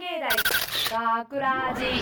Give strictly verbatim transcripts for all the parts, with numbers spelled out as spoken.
芸大学ラジ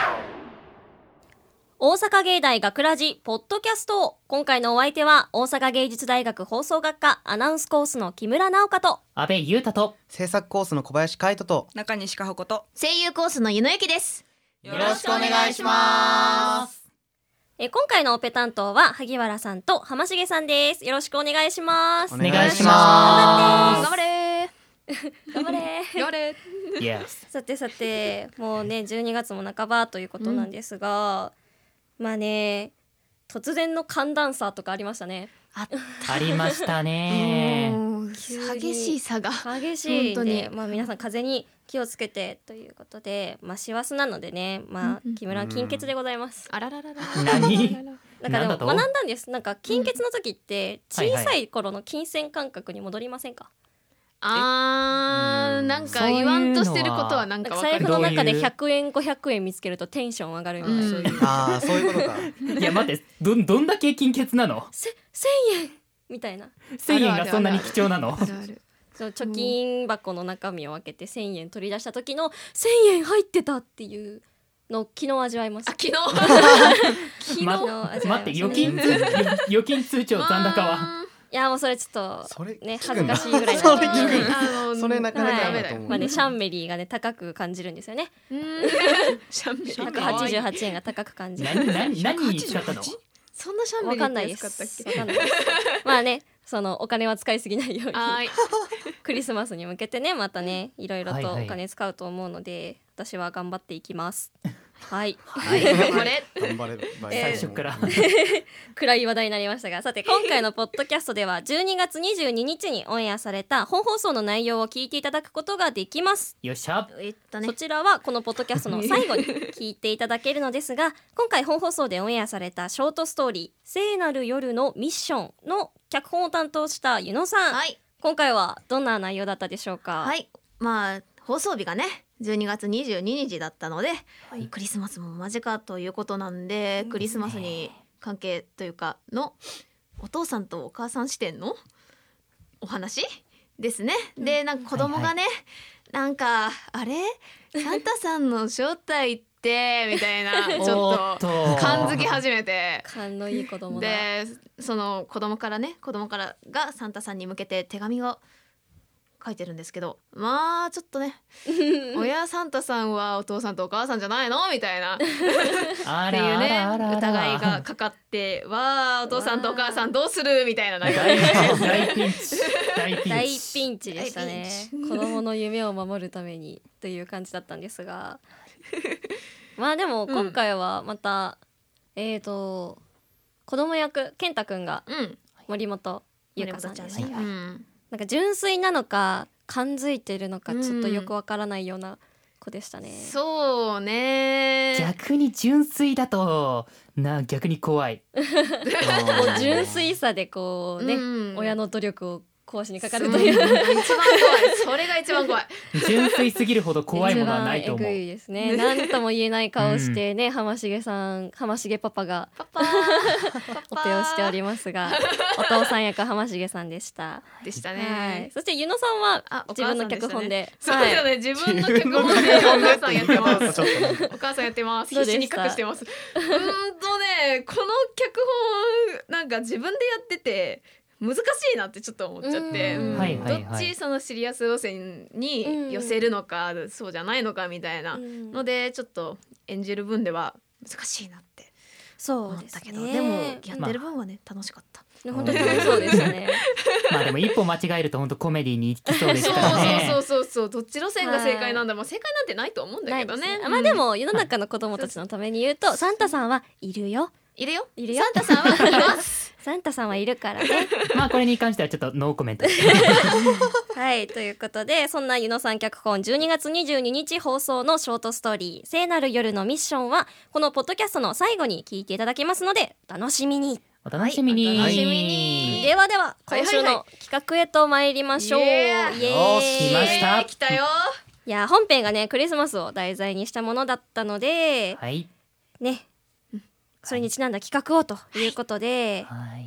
大阪芸大学ラジポッドキャスト。今回のお相手は大阪芸術大学放送学科アナウンスコースの木村直香と安倍優太と制作コースの小林海人と中西加穂子と声優コースの湯野由紀です。 よろしくお願いします。 え今回のオペ担当は萩原さんと浜重さんです。よろしくお願いします。 お願いしま頑張れ頑張れ頑張れ Yes さてさて、もうねじゅうにがつも半ばということなんですが、うん、まあね突然の寒暖差とかありましたね。 あありましたね。 激しい差が激しいんで、 本当にまあ、皆さん風邪に気をつけてということで、まあ師走なのでね、まあ木村は金欠でございます。 あらららら何なんかでも学んだんです。なんか金欠の時ってうん小さい頃の金銭感覚に戻りませんか？ あーなんか言わんとしてることはなんか分かる。 財布の中でどういうひゃくえんごひゃくえん見つけるとテンション上がるみたいな、 うんそういうああそういうことか。 いや待って、どどんだけ金欠なの？ せせんえんみたいな。 せんえんがそんなに貴重なの？ あるある。 その貯金箱の中身を開けてせんえん取り出した時のせんえん入ってたっていうのを昨日味わいました。 あ昨日昨日味わいました、ね、 待って、預金通預金通帳残高は？ いやもうそれちょっそれとね聞くんだ恥ずかしいぐらいそれなんで聞くんだあのそれなかなかはいやだと思う。 まあね、シャンメリーがね高く感じるんですよね。 うんシャンメリひゃくーはちじゅうはちえんが高く感じる。 何何何に使ったの？ そんなシャンメリーわかんないでって安かったっす。 け？ わかんないです。まあね、そのお金は使いすぎないようにはーいクリスマスに向けてねまたねいろいろとはいはいお金使うと思うので、私は頑張っていきます。はいはい頑張れ。 頑張れる。 最初から暗い話題になりましたが、さて今回のポッドキャストではじゅうにがつにじゅうににちにオンエアされた本放送の内容を聞いていただくことができます。 よっしゃ。 言ったねそ。ちらはこのポッドキャストの最後に聞いていただけるのですが、今回本放送でオンエアされたショートストーリー聖なる夜のミッションの脚本を担当した湯野さん、 はい今回はどんな内容だったでしょうか？ はいまあ放送日がねじゅうにがつにじゅうににちだったので、クリスマスも間近ということなんで、クリスマスに関係というかのお父さんとお母さん視点のお話ですね。でなんか子供がね、なんかあれサンタさんの正体ってみたいなちょっと感づき始めて、 勘のいい子供だ。 でその子供からね子供からがサンタさんに向けて手紙が書いてるんですけど、まあちょっとね親サンタさんはお父さんとお母さんじゃないのみたいなってあいうらあねらあらあら疑いがかかって、わあお父さんとお母さんどうするみたいな流大れ大ピンチ大ピン大チピンチでしたね。子供の夢を守るためにという感じだったんですがまあでも今回はまた、うん、えーと子供役健太くんがうん森本優香さんですね、 はいはいうんなんか純粋なのか感づいてるのかちょっとよくわからないような子でしたね、 そうね逆に純粋だとな逆に怖い。 もう純粋さでこうね、 うん親の努力を壊しにかかそうるという一番怖いそれが一番怖い純粋すぎるほど怖いものはないと思う。 一番えぐいですね。なんとも言えない顔してね、浜重さん浜重パパがパパオペをしておりますがお父さん役浜重さんでした、 でしたはいね。 そして湯野さんはあ自分の脚本でそうですよね、自分の脚本でお母さんやってますちょっとなんかお母さんやってますどう必でした死に隠してますうーんとねこの脚本なんか自分でやってて難しいなってちょっと思っちゃって、 うんうんはいはいはいどっちそのシリアス路線に寄せるのか、うん、そうじゃないのかみたいなので、ちょっと演じる分では難しいなってそうです思ったけど、 ね。 でもやってる分はね楽しかった。 本当に楽しそうでしたね。 まあでも一歩間違えると本当コメディに行きそうですからね。 そうそうそうそうどっち路線が正解なんだ、まあ正解なんてないと思うんだけどね。 ないですまあでも世の中の子供たちのために言うと、サンタさんはいるよ。 いるよいるよ。 サンタさんはいますサンタさんはいるからね。 まあこれに関してはちょっとノーコメントです。 はいということで、そんな湯野さん脚本じゅうにがつにじゅうににち放送のショートストーリー聖なる夜のミッションはこのポッドキャストの最後に聞いていただけますのでお楽しみに。 お楽しみに。 はいお楽しみにではでははいはいはい今週の企画へと参りましょう。 イエーイイエーイよし来ましたえー来たよいや本編がねクリスマスを題材にしたものだったので、 はいねそれにちなんだ企画をということで、 はい。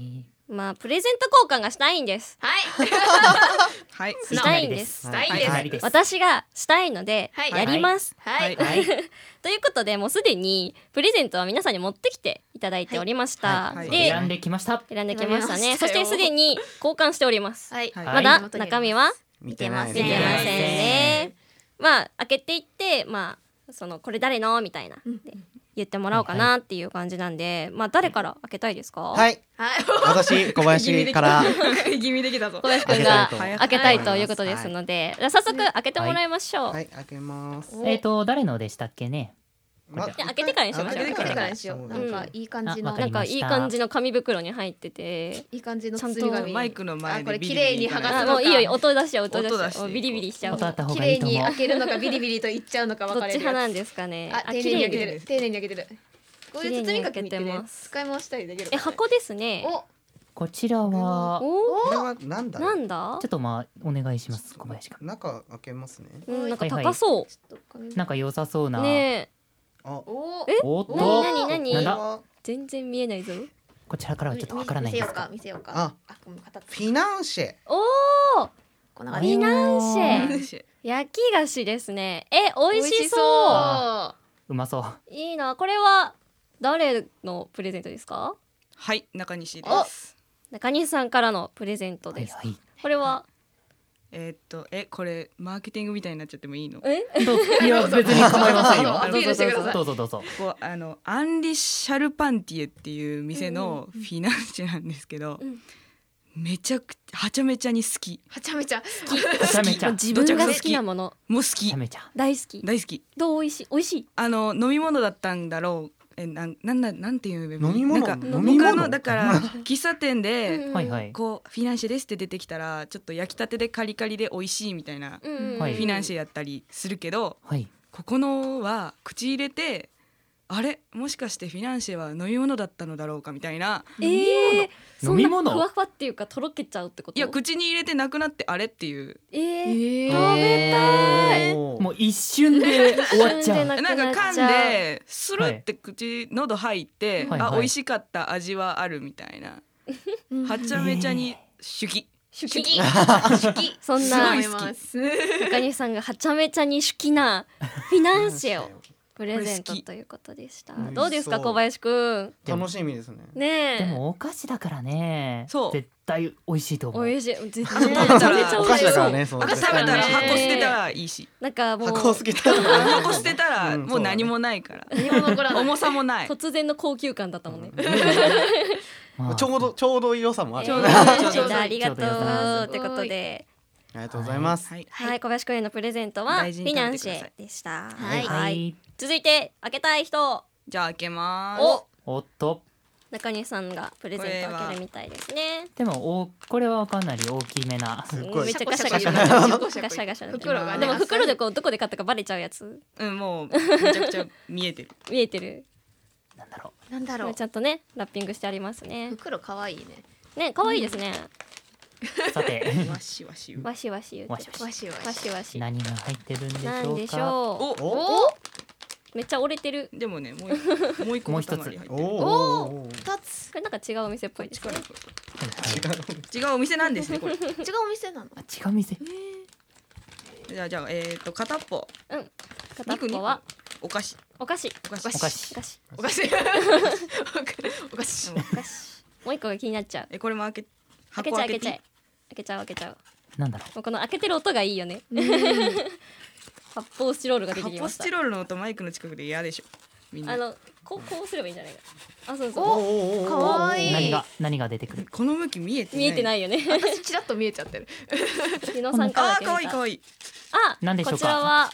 まあプレゼント交換がしたいんです。 はいはいしたいんですしたいんですはいです。 私がしたいのではいやります、 はいはい。 ということでもうすでにプレゼントは皆さんに持ってきていただいておりました、 はいはいで選んできました。 選んできましたね。そし選びましたよてすでに交換しております、 はいはいまだ中身は見てない見てませんね。まあ開けていってまあそのこれ誰のみたいなで言ってもらおうかなっていう感じなんで、まあ誰から開けたいですか？ はいはい私小林から気味できたぞ小林くんが開けたいと開けたいということですので、じゃあ早速開けてもらいましょう。 はい開けますえっと誰のでしたっけね。 まじゃあ開けてからにしましょう。 開けてからにしよう。 そうなんかいい感じのあわかりなんかいい感じの紙袋に入ってて、 いい感じのちゃんと包み紙マイクの前であこれビリビリ綺麗に剥がすあのかもういいよ音出しちゃう音出しち音出してゃうもうビリビリしちゃう。どっ音あった方綺がいいと思う麗に開。けるのかビリビリといっちゃうのか分ちかれる派なんですかね。 あ丁寧に開けてる丁寧に開けてるこういう包み綺麗に開けて紙ってねます使い回したりできるえ箱ですね。 おこちらはおこれはなんだろうなんだちょっ？とまあお願いします小林君。 中開けますねうんなんか高そなんか良さそうう。 な。 ねえあおえおっとなになになに？ なんだは全然見えないぞ。 こちらからはちょっとわからないん見せようですが。 か見せようかああこの形フィナンシェおおこんな感じフィナンシェェ焼き菓子ですね。え美味しそう。 うまそう。 いいな。これは誰のプレゼントですか？ はい中西です中西さんからのプレゼントです。 はいはい。 これはえーっとえこれマーケティングみたいになっちゃってもいいのえどういや別に構いませんよ。 アピールしてくださいどうぞどうぞ。 こうあのアンリ・シャルパンティエっていう店のフィナンシェなんですけど、 うんめちゃくはちゃめちゃに好きはちゃめちゃはちゃめちゃ。 自分が好きなものもう好きはちゃめちゃ。 大好き。 大好きどう美味しい美味しい。 あの飲み物だったんだろうえなんなんだなんていう飲み物なんか飲み物他のだから喫茶店で、 うんはいはい。 こうフィナンシェですって出てきたらちょっと焼きたてでカリカリで美味しいみたいなうんうんはいフィナンシェやったりするけど、 はい。 ここのは口入れてあれもしかしてフィナンシェは飲み物だったのだろうかみたいな、 えー、そんな飲み物ふわふわっていうかとろけちゃうってこと？ いや口に入れてなくなってあれっていうえー、 え食べたい。 おーもう一瞬で終わっちゃう。 なくなんなっちゃうか噛んでスルって口、喉入って、 はいはいあ美味しかった味はあるみたいな、はちゃめちゃに手記手手記記手記そんなすごい好き中西さんがはちゃめちゃに手記なフィナンシェをプレゼントということでした。 これ好きどうですか小林くん？ 楽しみですねねえ。 でもお菓子だからね。 そう絶対美味しいと思う。 美味しい。絶対食べたらめちゃお菓子だからねそう食べたらね箱捨てたらいいしなんかもう箱好きだ箱捨てたらうんもう何もないから、 何も残らない重さもない突然の高級感だったもんね。 まあちょうどちょうど良さもあるちょうどちょうどいいじゃあありがとちょうど良さうってことで、 ありがとうございますはいはい小林くんへのプレゼントはフ大事にィナンシ食べてくださいェでした。 はいはい。 続いて開けたい人、 じゃあ開けますおおっと。 中西さんがプレゼント開けるみたいですね。 でもおこれはかなり大きめな。 すごいめっちゃガシャガシシャャコシャコガシャガシャ袋がねでも袋でこうどこで買ったかバレちゃうやつうんもうめちゃくちゃ見えてる見えてる。 なんだろなんだろうこれちゃんとねラッピングしてありますね。 袋可愛いねね可愛いですね。 う。さてわしわしわしわし言ってわしわしわしわわしわし。 何が入ってるんでしなんでしょうか。 ょおおう。めっちゃ折れてる。 でもねもう一個もう一個もう一つ塊入ってるおおお二つこれなんか違うお店っぽいですね。 はいはい違うお店なんですねこれ違うお店なのあ違う店。 じゃあじゃあえっ、と片っぽうん。片っぽはお菓子お菓子。 お菓子お菓子お菓子。 お菓子お菓子うんお菓子。もう一個が気になっちゃう。 えこれも開け開け箱開けてちゃう開けちゃう。開けちゃう開けちゃう。 なんだろもうこの開けてる音がいいよね。発泡スチロールが出てきました発泡スチ。ロールの音マイクの近くで嫌でしょみんなあのこうこうすればいいんじゃないか。あそうおそう。 おおかわいい何が何が出てくる。 この向き見えてない見えてないよね。 私ちらっと見えちゃってる日野さんからあーかわだけ見た。 いいかわいいあ何でしょうかこちらは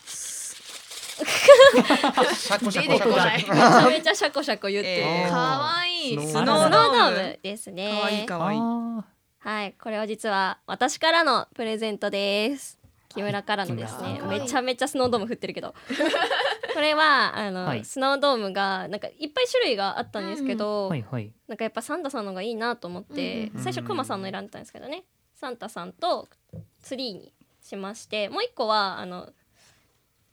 シャコシャコ出てこないめちゃめちゃシャコシャコ言ってる。 えー可愛いススノノードードーームムですね。 かわいいかわいいあはい、これは実は私からのプレゼントです。木村からのですね、 はいめちゃめちゃスノードーム降ってるけどこれはあの、 はいスノードームがなんかいっぱい種類があったんですけど、 ーはいはい。 なんかやっぱサンタさんのがいいなと思って、 うん最初クマさんの選んだんですけどね、サンタさんとツリーにしまして、もう一個はあの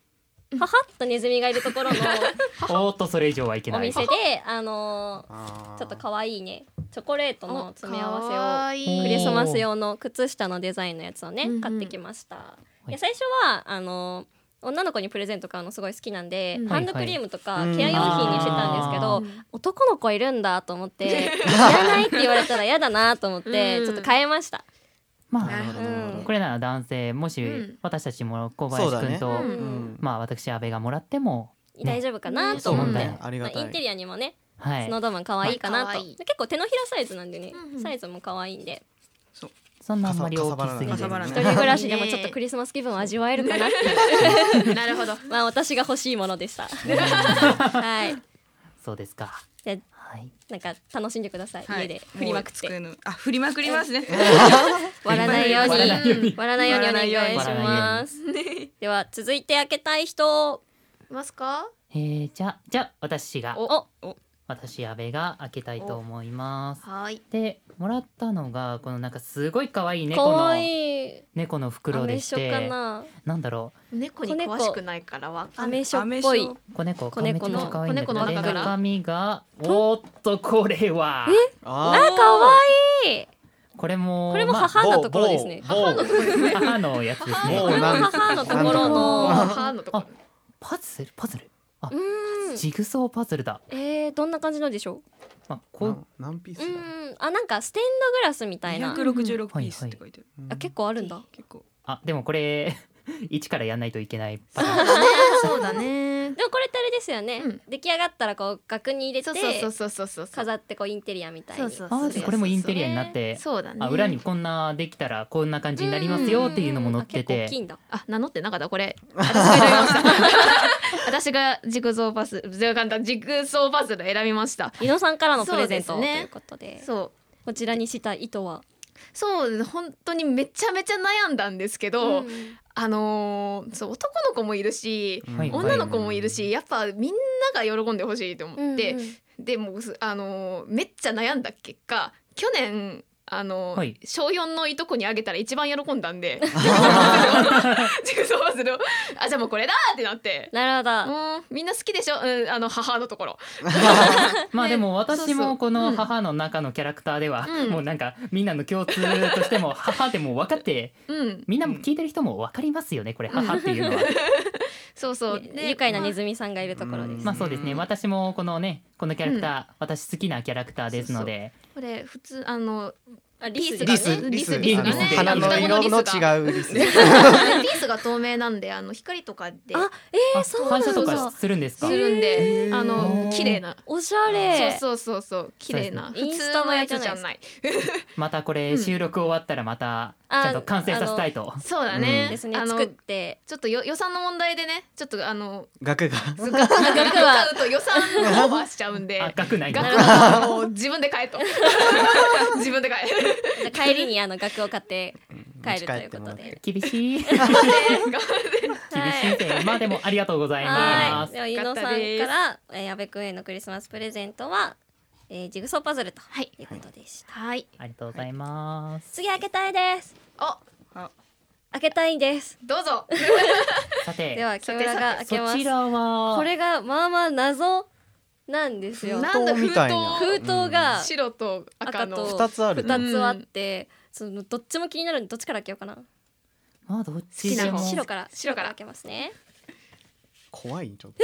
母とネズミがいるところのおーっとそれ以上はいけない。 お店であのあーちょっと可愛いねチョコレートの詰め合わせかわいいをクリスマス用の靴下のデザインのやつをね、 うんうん買ってきました。 いで最初はあの女の子にプレゼント買うのすごい好きなんで、 うんハンドクリームとかはいはいケア用品にしてたんですけど、 うん男の子いるんだと思っていらないって言われたら嫌だなと思ってうんちょっと変えました。 まあなるほどうんこれなら男性もしうん私たちも小林くんと、 そうだねうんまあ私阿部がもらっても、ね、 大丈夫かなねと思って、 そうねありがたいまあインテリアにもねはいスノードーム可愛いかなと、 可愛い結構手のひらサイズなんでね、 うんうんサイズも可愛いんでそんなあんまり大きすぎずかさばらない一人暮らしでもちょっとクリスマス気分を味わえるかなっていうなるほど。 まあ私が欲しいものでしたはいそうですか。 ではい。 なんか楽しんでください、 はい家で振りまくってもう机のあ振りまくりますね割らないように割らないように割らないようにお願いし割らないようますでは続いて開けたい人いますか？ えー、じゃあじゃあ私がお私阿部が開けたいと思います。 はい。 でもらったのがこのなんかすごい可愛いか猫のわいい猫の袋でしアメショかて、 ななんだろ猫に詳しくないからわかアんない。 メショっぽいアメショう子猫子猫のめちゃくちゃ可愛いんだけどで子猫の中から中身がおーっとこれはああかわいいこれもこれもまあ母のところですね、 某某母のやつですね。 某これも母のところの母のところ。 パズルパズルあうーんジグソーパズルだ。 えー、どんな感じのでしょまあこううう何ピースだーんあなんかステンドグラスみたいなにひゃくろくじゅうろくピースって書いてある、 あ結構あるんだ結構あでもこれ一からやんないといけないパターン。 そうだね。 でもこれってあれですよね、 うん出来上がったらこう額に入れてそうそうそうそうそうそう。 飾ってこうインテリアみたいにそうそうあーこれもインテリアになって、 そうだね。 あ裏にこんなできたらこんな感じになりますよっていうのも載ってあ結構大てきいんだあ名乗ってなかったこれ。私が選びました。私がジグソーパズル、簡単ジグソーパズル選びました。 井野さんからのプレゼント、 そうですねということでそう。 こちらにした意図は、 そうです本当にめちゃめちゃ悩んだんですけど、 うんあのーそう男の子もいるし、 はい女の子もいるし、やっぱみんなが喜んでほしいと思って、 うんうんでもうすあのーめっちゃ悩んだ結果去年あのーはい小よんのいとこにあげたら一番喜んだんでジグソーパズルをあじゃあもうこれだってなってなるほど、 もうみんな好きでしょ、うん、あの母のところまあでも私そうそうもこの母の中のキャラクターではうんもうなんかみんなの共通としても母でも分かってうんみんなも聞いてる人も分かりますよねこれ母っていうのは。 そうそうね愉快なネズミさんがいるところです、 うんまあそうですね私もこのねこのキャラクター、私好きなキャラクターですのでこれ普通あのあリースリスがねがねリスリスがね花の色の違うリスリースが透明なんであの光とかであえー、そうなん反射とだかするんですかす。るんへでーあの綺麗なおしゃれそうそうそうそう綺麗なそうですね普通のやつじゃないまたこれ収録終わったらまたちゃんと完成させたいと。 そうだね、 ですねあの作ってちょっとよ予算の問題でねちょっとあの額が額額買うと予算オーバーしちゃうんであ額ないんだ額はもう自分で買えと自分で買えじゃあ帰りにあの額を買って帰るということで厳しい厳しいはいぜまあでもありがとうございます。 はいでは井野さんから、えー、阿部くんへのクリスマスプレゼントは、えー、ジグソーパズルとはいいうことでした、 はいありがとうございます。 次開けたいですお開けたいんですどうぞさてでは木村が開けますそちらはこれがまあまあ謎なんですよなんだ封筒みたいな封筒が白と赤の赤と二つあるふたつあって、そのどっちも気になるんでどっちから開けようかなまあどっちでも好きな方白から白から開けますね怖いちょっと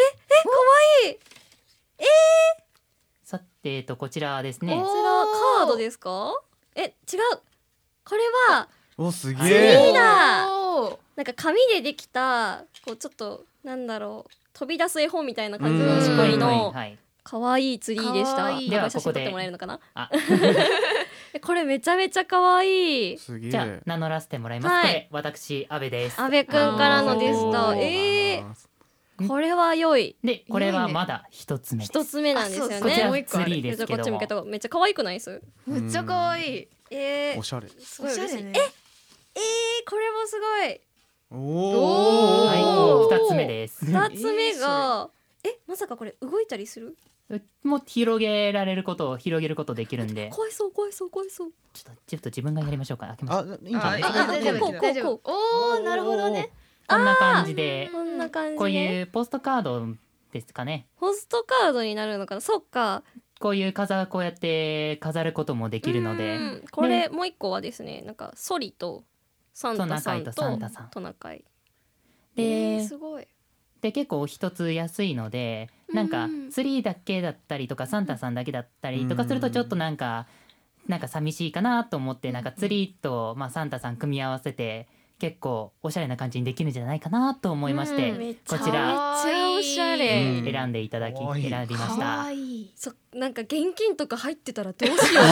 さてえっとこちらですねこちらカードですかえ違うこれはおすげツリえーだおーなんか紙でできたこうちょっとなんだろう飛び出す絵本みたいな感じのうんしっかりのはいはい可愛いツリーでした可愛いではこれ写真撮ってここでもらえるのかなあえこれめちゃめちゃ可愛いすげえじゃあ名乗らせてもらいます、 はいこれ私阿部です阿部くんからのでしたあーえー、これは良いでこれはまだ一つ目です一つ目なんですよあそうこちらねツリーですじゃあこけどもっち向けためっちゃ可愛くないですめっちゃ可愛いえーお、しゃれすごい嬉しい、 ねええー、これもすごいおはいおー二つ目です二つ目がえまさかこれ動いたりするもう広げられることを広げることできるんで怖いそう怖いそう怖いそうちょっとちょっと自分がやりましょうか開けますあいいんじゃないああ大丈夫こうこう大丈夫こうおーなるほどねこんな感じでこんなな感じでこういうポストカードですかね。 ポストカードになるのかな。そっか。 こういう飾こうやって飾ることもできるので、 うんこれもう一個はですね、なんかソリとサンタさんとトナカイとサンタさんトナカイで、 えーすごい。 で結構一つ安いので、なんかうんツリーだけだったりとかサンタさんだけだったりとかするとちょっとなんかなんか寂しいかなと思って、なんかツリーとまあサンタさん組み合わせて結構おしゃれな感じにできるんじゃないかなと思いまして、 うんめっちゃこちらめっちゃおしゃれ、 うん選んでいただきかわいい選びましかたわ。いい。 そなんか現金とか入ってたらどうしよう封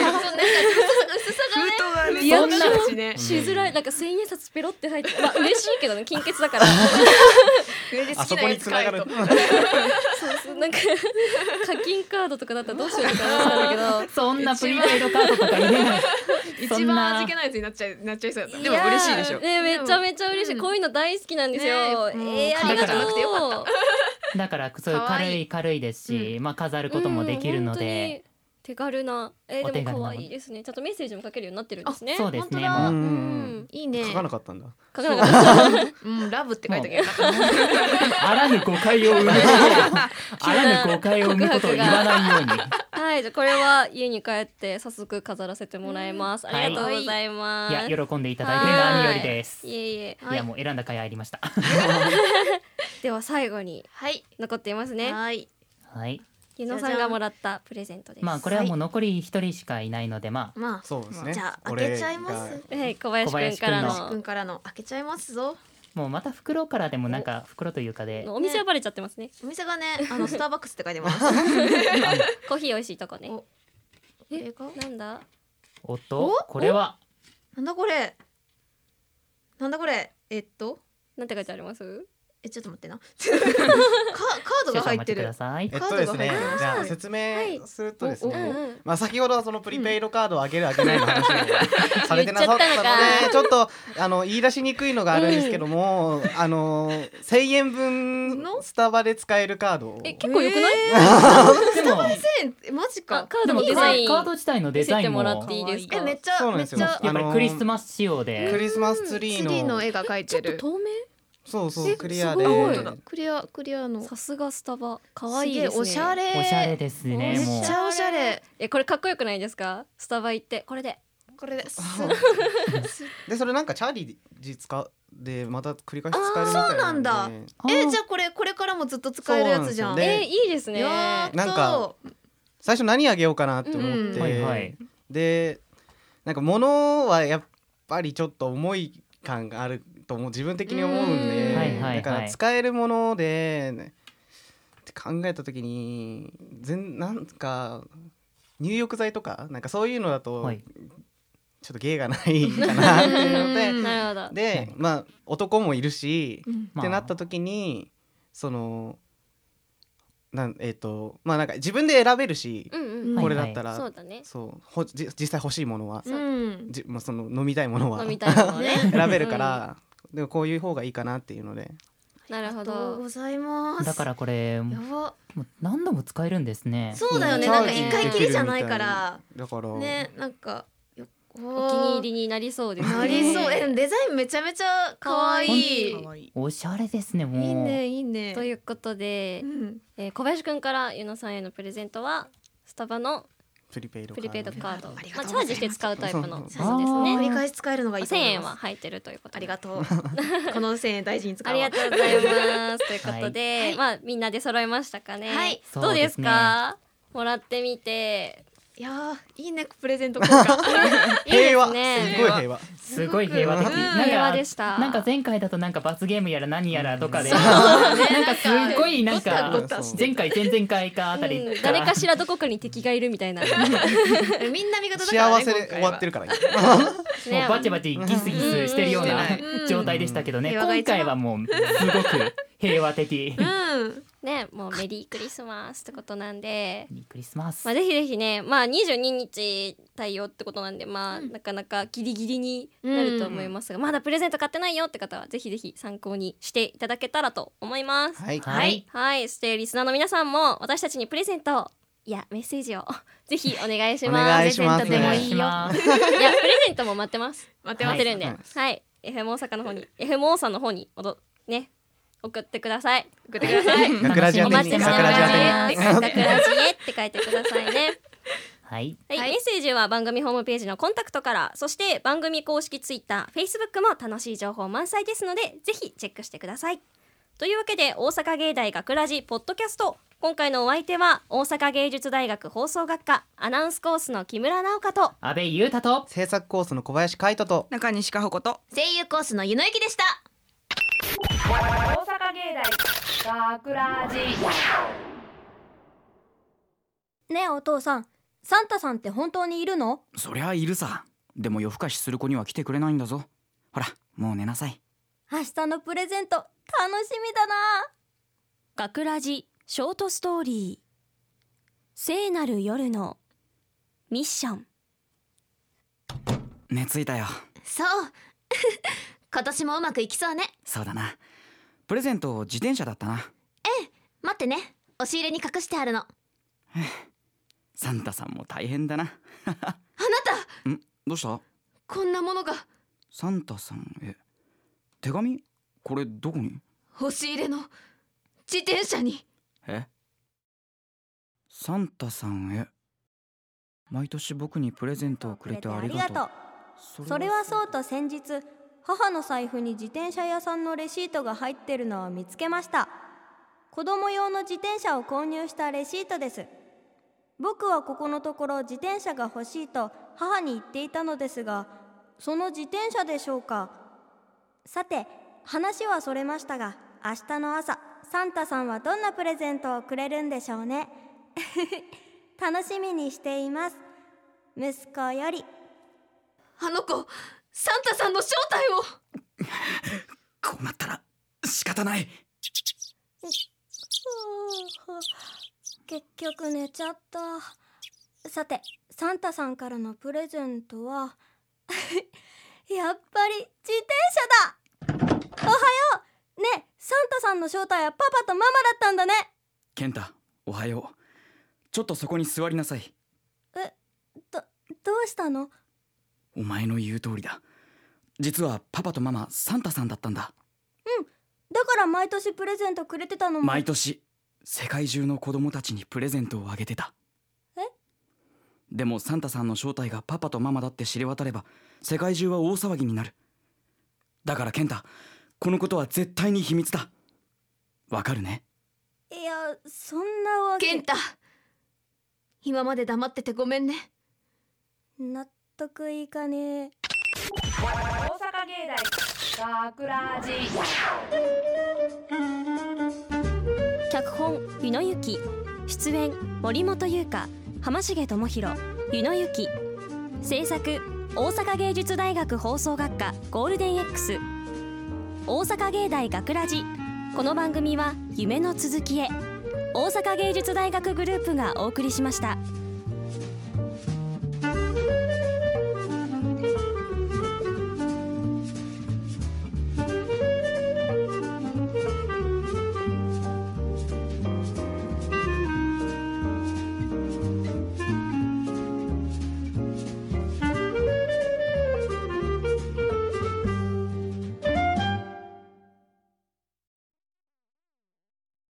筒がねリアクションそんなしねしづらい。なんか千円札ペロって入って、まあ嬉しいけどね、金欠だからあそこに繋がるそうそうなんか課金カードとかだったらどうしようとか思ったんだけどそんなプリペイドカードとか入れない。そ一んな番味気ないやつになっちゃいなっちゃいそうやった。 でも嬉しいでしょやーね、めちゃめちゃ嬉しい、 うんこういうの大好きなんですよ、 ねえー、 もうありがとうカードじゃなくてよかっだからそういうかわいい軽い軽いですし、まあ飾ることもできるのうん本当でに、手軽な、えー、でもお手軽な可愛いですね。ちゃんとメッセージも書けるようになってるんですね。 そうですね。 本当だもううんうんいいね。 書かなかったんだ。 書かなかったうんラブって書いとけばよかった。 あらぬ誤解を生むことをあらぬ誤解を生むことを言わないように。 はい、じゃあこれは家に帰って早速飾らせてもらいます。 うんありがとうございます。 いや喜んでいただいて何よりです。 いえいえ。 いやもう選んだ甲斐ありました。 では最後にはい。 残っていますね。 はい。 はい。 ゆのさんがもらったプレゼントです。 まあこれはもう残り一人しかいないので、まあまあそうですね。 じゃあ俺開けちゃいますがはい、小林くんから小林のくんからの開けちゃいますぞ。 もうまた袋からでもなんか袋というかで、 お店はバレちゃってますね。 お店がねあのスターバックスって書いてます。 コーヒー美味しいとこね。 おえこれがなんだ？ おっとこれはなんだこれ。なんだこれ。えっとなんて書いてあります？ えちょっと待ってな。カカードが少々お待ちく入ってる。 ださい。 えっとですねカードが入って。 じゃあはい説明するとですうんうね。 ん。 まあ先ほどはそのプリペイドカードをあげるあげないの話をされてなかったの言っちゃったので、ちょっとあの言い出しにくいのがあるんですけども、あのせんえんぶんのスタバで使えるカードを。 え結構良くない？ でもえマジか。 あカードでもカのデザインード自体のデ見せザインもてもらっていいですか？ えめっちゃそうなんですよめっちゃやっぱりクリスマス仕様で、 クリスマスツリーツリーのの絵が描いちょてる。 っと透明？ そうそえうクリアすごいで本当だクリアクリアの。 さすがスタバ。可愛いですね。 すげえおしゃれ。 おしゃれですね。 めもうっちゃおしゃれ。 えこれかっこよくないですか？スタバ行ってこれで。 これです。 でそれなんかチャーリージ使うでまた繰り返し使えるみたいあーそうなんだあーえじゃあこれこれからもずっと使えるやつじゃん。 そうなんですよえいいですね。 やーなんか最初何あげようかなって思って、 うんはいはいでなんか物はやっぱりちょっと重い感があると思う自分的に思うんで、 うんはいはいはいだから使えるもので、ね、って考えた時に全なんか入浴剤とかなんかそういうのだと、 はいちょっと芸がないかなっていうのでうんなるほど。 でまあ男もいるし、 うんまあってなった時にそのなんえっ、とまあなんか自分で選べるし、 うんうんうん。 これだったら、 そうだね。 そうほじ実際欲しいものは、 うんじまあ、その飲みたいものは飲みたいものね。 選べるから、でもこういう方がいいかなっていうのでなるほありがとうど。 ございます。 だからこれやもば。 う何度も使えるんですね。 そうだよね。 うんなんか一回きりじゃないから。 だから、 ねなんかよお気に入りになりそうですね。 なりそう。えデザインめちゃめちゃ可愛い。 可愛いおしゃれですねもう。 いいねいいね。 ということでう、んえー小林くんからゆのさんへのプレゼントはスタバのプリペイドプリペイドカード、 ありまあ、 がとうございますチャージして使うタイプのものですそうそうね。 繰り返し使えるのがいいと 1000 思います。 円は入ってるということでありがとう。このせんえん大事に使うわ。 ありがとうございますということで、 はいまあみんなで揃いましたかね。 はいどうですそうか？もらってみて。 いやーいいねプレゼント効果。 いいです平和ね。 すごい平和すごい平和的。 うんなん平和かでした。 なんか前回だとなんか罰ゲームやら何やらとかで、 そうなんねかすっごいなんかごたごたして前回前々回かあたりうんから誰かしらどこかに敵がいるみたいな。ね、 みんな味方だからね。 幸せで終わってる。 るからねもうバチバチギスギスしてるようなうん状態でしたけどね、 平和が一番今回はもうすごく平和的。 うん。 ね、もうメリークリスマスってことなんで。 メリークリスマス。 まあ、ぜひぜひね、まあ、にじゅうににち対応ってことなんで、まあ、なかなかギリギリになると思いますが、まだプレゼント買ってないよって方はぜひぜひ参考にしていただけたらと思います。 はいはい。 はい、そしてリスナーの皆さんも私たちにプレゼントいやメッセージをぜひお願いします。 お願いしますプレゼントでもいいよ。いやプレゼントも待ってます。 待ってます。 待ってるんで、 はいはい、エフエム 大阪の方に、エフエム 大阪の方におどね送ってください。 送ってください。 学ラジ宛てにお待ちして学ラジ宛てにます。学ラジへって書いてくださいね。 はいはい、 はいメッセージは番組ホームページのコンタクトから、そして番組公式ツイッター、フェイスブックも楽しい情報満載ですので、ぜひチェックしてください。というわけで、大阪芸大学ラジポッドキャスト、今回のお相手は大阪芸術大学放送学科アナウンスコースの木村直香と、 阿部裕太と制作コースの小林海人と中西加穂子と声優コースの湯野由紀でした。 大阪芸大学ラジ。 ねえお父さん、サンタさんって本当にいるの？ そりゃいるさ。でも夜更かしする子には来てくれないんだぞ。ほらもう寝なさい。 明日のプレゼント楽しみだな。 学ラジショートストーリー、聖なる夜のミッション。 寝ついたよ。 そう今年もうまくいきそうね。 そうだな。プレゼント自転車だったな。 待ってね、押し入れに隠してあるの。 サンタさんも大変だな。 あなた、 んどうした？ こんなものがサンタさんへ手紙？これどこに？ 押し入れの自転車に。 え？サンタさんへ毎年僕にプレゼントをくれてありがとう。 それはそうと先日、母の財布に自転車屋さんのレシートが入ってるのを見つけました。子供用の自転車を購入したレシートです。僕はここのところ自転車が欲しいと母に言っていたのですが、その自転車でしょうか。さて話はそれましたが、明日の朝サンタさんはどんなプレゼントをくれるんでしょうね楽しみにしています。息子より。 あの子、サンタさんの正体を。 こうなったら仕方ない。 結局寝ちゃった。さてサンタさんからのプレゼントはやっぱり自転車だ。おはよう。ねえ、サンタさんの正体はパパとママだったんだね。 ケンタ、おはよう。ちょっとそこに座りなさい。 え、ど、どうしたの？ お前の言う通りだ。実はパパとママサンタさんだったんだ。 だから毎年プレゼントくれてたのも。 毎年世界中の子供たちにプレゼントをあげてた。 え？ でもサンタさんの正体がパパとママだって知れ渡れば世界中は大騒ぎになる。だからケンタ、このことは絶対に秘密だ。わかるね？ いや、そんなわけ。 ケンタ、今まで黙っててごめんね。 納得いかねえ。 大阪芸大学ラジ。 脚本湯野由紀、出演森本優香、浜重智弘、湯野由紀、制作大阪芸術大学放送学科ゴールデン X、 大阪芸大学ラジ。この番組は夢の続きへ、大阪芸術大学グループがお送りしました。